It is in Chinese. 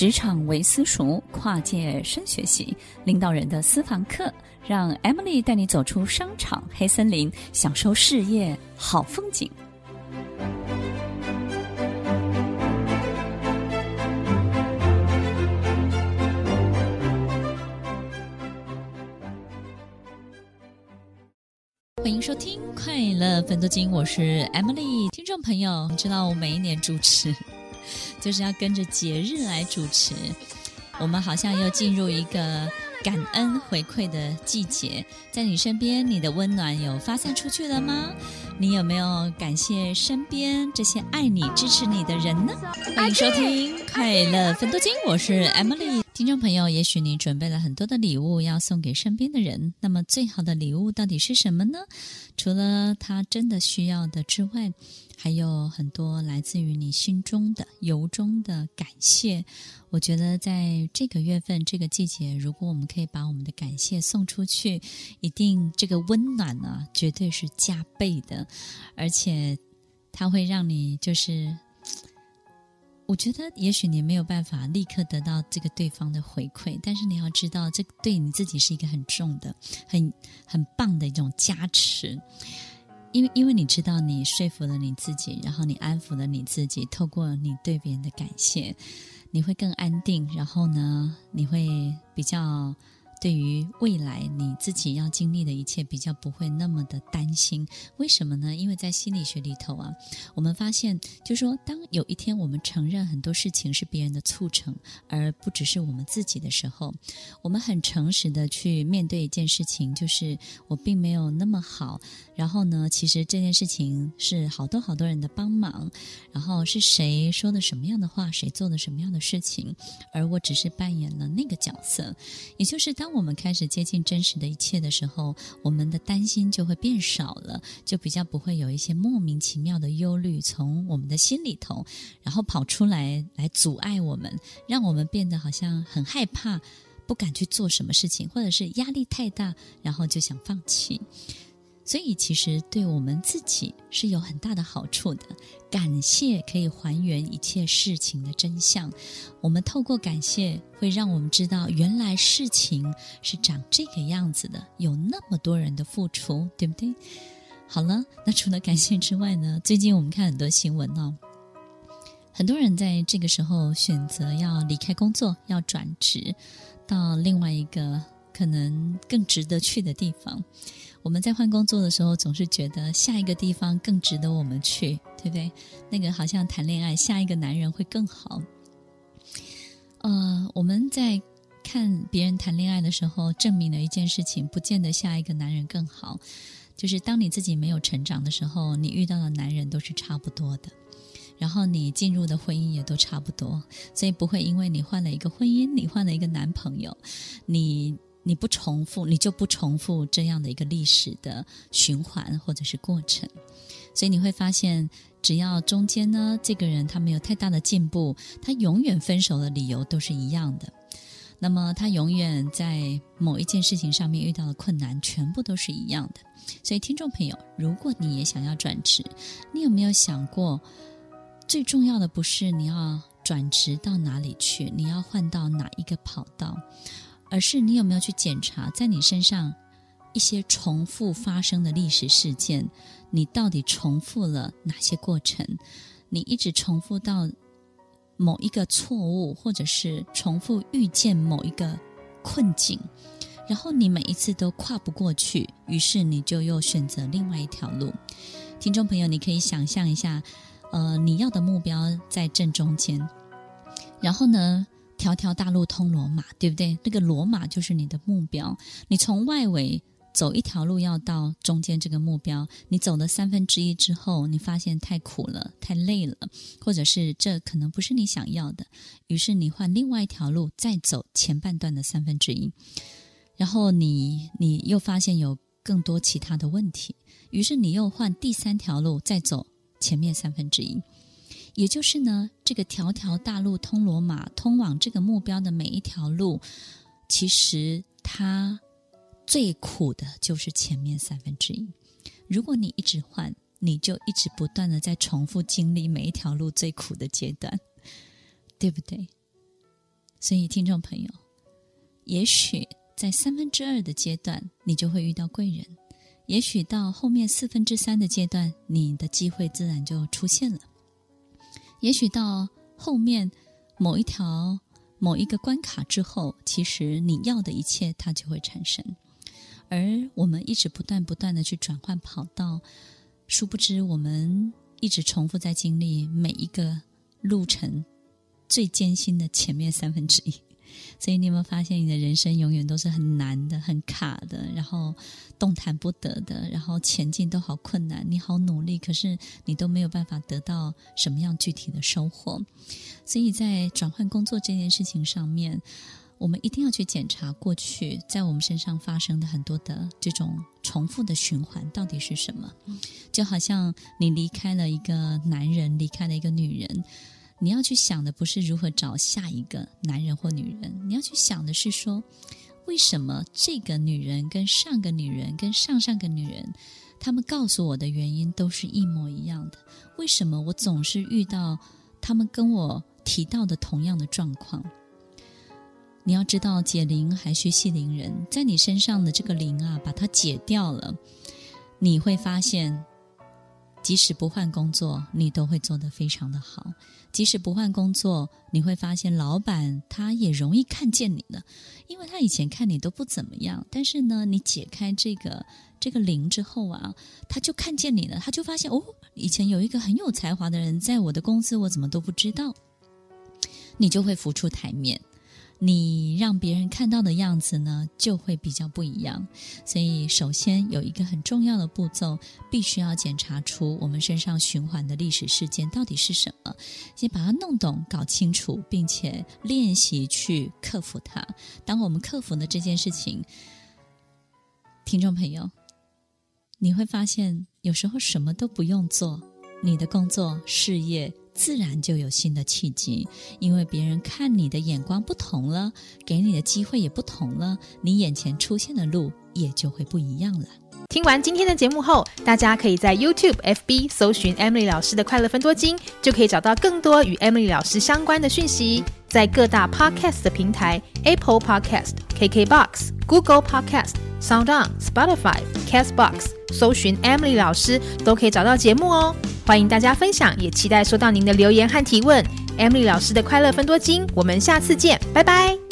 职场微私塾，跨界深学习，领导人的私房课，让 Emily 带你走出商场黑森林，享受事业好风景。欢迎收听快乐分多金，我是 Emily。听众朋友，你知道我每一年主持就是要跟着节日来主持，我们好像又进入一个感恩回馈的季节。在你身边，你的温暖有发散出去了吗？你有没有感谢身边这些爱你支持你的人呢？欢迎收听快乐分多金，我是 Emily。听众朋友，也许你准备了很多的礼物要送给身边的人，那么最好的礼物到底是什么呢？除了他真的需要的之外，还有很多来自于你心中的由衷的感谢。我觉得在这个月份这个季节，如果我们可以把我们的感谢送出去，一定这个温暖呢绝对是加倍的，而且它会让你就是我觉得也许你没有办法立刻得到这个对方的回馈，但是你要知道这对你自己是一个很重的很棒的一种加持。因为你知道你说服了你自己，然后你安抚了你自己，透过你对别人的感谢，你会更安定，然后呢你会比较对于未来你自己要经历的一切比较不会那么的担心。为什么呢？因为在心理学里头啊，我们发现就是说当有一天我们承认很多事情是别人的促成而不只是我们自己的时候，我们很诚实的去面对一件事情，就是我并没有那么好，然后呢其实这件事情是好多人的帮忙，然后是谁说的什么样的话，谁做的什么样的事情，而我只是扮演了那个角色。也就是当我们开始接近真实的一切的时候，我们的担心就会变少了，就比较不会有一些莫名其妙的忧虑从我们的心里头然后跑出来阻碍我们，让我们变得好像很害怕，不敢去做什么事情，或者是压力太大，然后就想放弃。所以其实对我们自己是有很大的好处的。感谢可以还原一切事情的真相，我们透过感谢会让我们知道原来事情是长这个样子的，有那么多人的付出，对不对？好了，那除了感谢之外呢，最近我们看很多新闻哦，很多人在这个时候选择要离开工作，要转职到另外一个可能更值得去的地方。我们在换工作的时候总是觉得下一个地方更值得我们去，对不对？那个好像谈恋爱，下一个男人会更好。我们在看别人谈恋爱的时候证明了一件事情，不见得下一个男人更好，就是当你自己没有成长的时候，你遇到的男人都是差不多的，然后你进入的婚姻也都差不多，所以不会因为你换了一个婚姻，你换了一个男朋友，你不重复，你就不重复这样的一个历史的循环或者是过程。所以你会发现只要中间呢这个人他没有太大的进步，他永远分手的理由都是一样的，那么他永远在某一件事情上面遇到的困难全部都是一样的。所以听众朋友，如果你也想要转职，你有没有想过最重要的不是你要转职到哪里去，你要换到哪一个跑道，而是你有没有去检查在你身上一些重复发生的历史事件，你到底重复了哪些过程，你一直重复到某一个错误，或者是重复遇见某一个困境，然后你每一次都跨不过去，于是你就又选择另外一条路。听众朋友，你可以想象一下你要的目标在正中间，然后呢条条大路通罗马，对不对？那个罗马就是你的目标，你从外围走一条路要到中间这个目标，你走了1/3之后，你发现太苦了，太累了，或者是这可能不是你想要的，于是你换另外一条路再走前半段的1/3，然后你又发现有更多其他的问题，于是你又换第3条路再走前面1/3。也就是呢，这个条条大路通罗马，通往这个目标的每一条路，其实它最苦的就是前面1/3。如果你一直换，你就一直不断的在重复经历每一条路最苦的阶段，对不对？ 所以听众朋友，也许在2/3的阶段你就会遇到贵人，也许到后面3/4的阶段你的机会自然就出现了，也许到后面某一个关卡之后，其实你要的一切它就会产生。而我们一直不断的去转换跑道，殊不知我们一直重复在经历每一个路程最艰辛的前面1/3。所以你有没有发现你的人生永远都是很难的、很卡的，然后动弹不得的，然后前进都好困难，你好努力，可是你都没有办法得到什么样具体的收获。所以在转换工作这件事情上面，我们一定要去检查过去在我们身上发生的很多的这种重复的循环到底是什么。就好像你离开了一个男人，离开了一个女人，你要去想的不是如何找下一个男人或女人，你要去想的是说，为什么这个女人跟上个女人跟上上个女人，他们告诉我的原因都是一模一样的，为什么我总是遇到他们跟我提到的同样的状况。你要知道，解铃还须系铃人，在你身上的这个铃啊，把它解掉了，你会发现即使不换工作你都会做得非常的好，即使不换工作你会发现老板他也容易看见你的，因为他以前看你都不怎么样，但是呢你解开这个铃之后啊，他就看见你了，他就发现哦，以前有一个很有才华的人在我的公司，我怎么都不知道，你就会浮出台面，你让别人看到的样子呢就会比较不一样。所以首先有一个很重要的步骤，必须要检查出我们身上循环的历史事件到底是什么，先把它弄懂搞清楚，并且练习去克服它。当我们克服了这件事情，听众朋友，你会发现有时候什么都不用做，你的工作事业自然就有新的契机，因为别人看你的眼光不同了，给你的机会也不同了，你眼前出现的路也就会不一样了。 听完今天的节目后，大家可以在 YouTube、FB 搜寻 Emily 老师的快乐分多金，就可以找到更多与 Emily 老师相关的讯息。在各大 Podcast 的平台 Apple Podcast、KKBOX、Google Podcast、SoundOn、Spotify、Castbox 搜寻 Emily 老师都可以找到节目哦。欢迎大家分享，也期待收到您的留言和提问。Emily 老师的快乐分多金，我们下次见，拜拜。